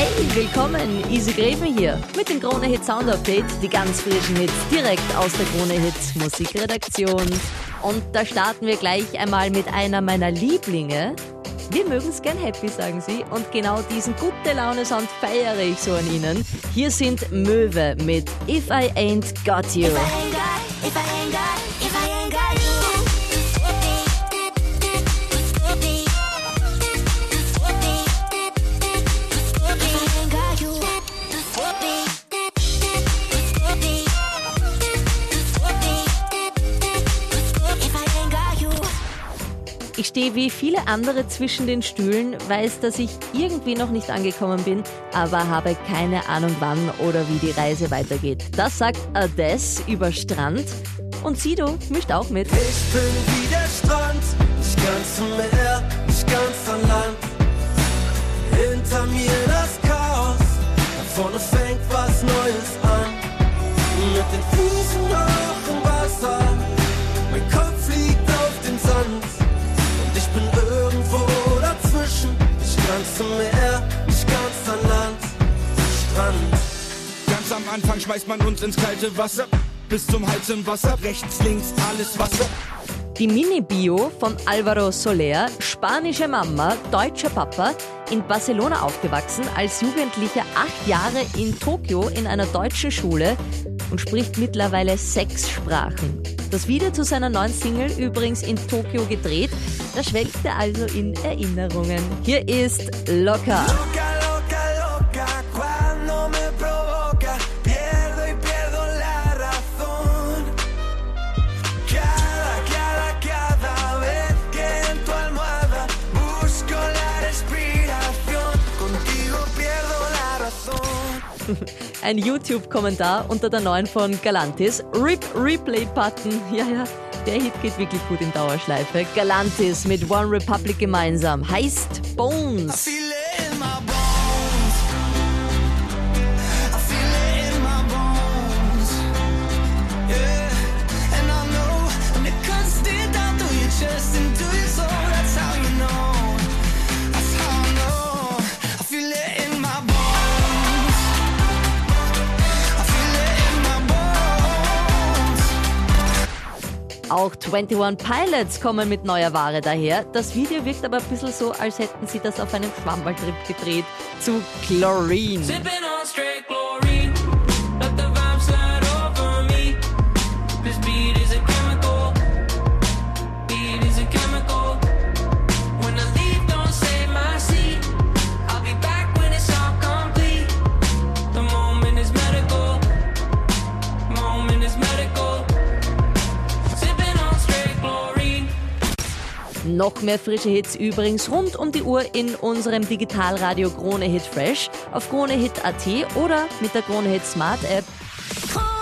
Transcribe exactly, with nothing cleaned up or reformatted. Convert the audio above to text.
Hey, willkommen, Easy Greven hier mit dem Krone Hit Sound Update, die ganz frischen Hits direkt aus der Krone Hit Musikredaktion. Und da starten wir gleich einmal mit einer meiner Lieblinge. Wir mögen es gern happy, sagen sie, und genau diesen gute Laune-Sound feiere ich so an ihnen. Hier sind Möwe mit If I Ain't Got You. If I ain't got, if I ain't got, if I ain't got you. Ich stehe wie viele andere zwischen den Stühlen, weiß, dass ich irgendwie noch nicht angekommen bin, aber habe keine Ahnung wann oder wie die Reise weitergeht. Das sagt Ades über Strand. Und Sido mischt auch mit. Ich bin wie der Strand, nicht ganz am Meer, nicht ganz an Land. Hinter mir das Chaos, da vorne fängt was Neues an. Mit den Füßen noch im Wasser, mein Kopf liegt auf dem Sand. Und ich bin irgendwo dazwischen, nicht ganz am Meer, nicht ganz an Land. Strand. Ganz am Anfang schmeißt man uns ins kalte Wasser. Bis zum Hals im Wasser, rechts, links, alles Wasser. Die Mini-Bio von Alvaro Soler, spanische Mama, deutscher Papa, in Barcelona aufgewachsen, als Jugendlicher acht Jahre in Tokio in einer deutschen Schule und spricht mittlerweile sechs Sprachen. Das Video zu seiner neuen Single übrigens in Tokio gedreht, da schwelgt er also in Erinnerungen. Hier ist Locker. Loca, loca, loca, cuando me provoca, pierdo y pierdo la razón. Cada, cada, cada vez que en tu almohada busco la respiración, contigo pierdo la razón. Ein YouTube-Kommentar unter der neuen von Galantis. R I P Replay-Button. Ja, ja, der Hit geht wirklich gut in Dauerschleife. Galantis mit One Republic gemeinsam. Heißt Bones. Feel it in my bones. I feel it in my bones. Yeah. And I know when it cuts deep down through your chest into your soul, that's how you know. That's how I know. I feel it in my bones. I feel it in my bones. Auch einundzwanzig Pilots kommen mit neuer Ware daher. Das Video wirkt aber ein bisschen so, als hätten sie das auf einem Schwammerltrip gedreht. Zu Chlorine. Sipping on straight chlorine, let the vibe slide over me. This beat is a chemical, beat is a chemical. When I leave, don't save my seat. I'll be back when it's all complete. The moment is medical, moment is medical. Sipping on straight chlorine. Noch mehr frische Hits übrigens rund um die Uhr in unserem Digitalradio Krone Hit Fresh auf Krone Hit Punkt at oder mit der Krone Hit Smart App.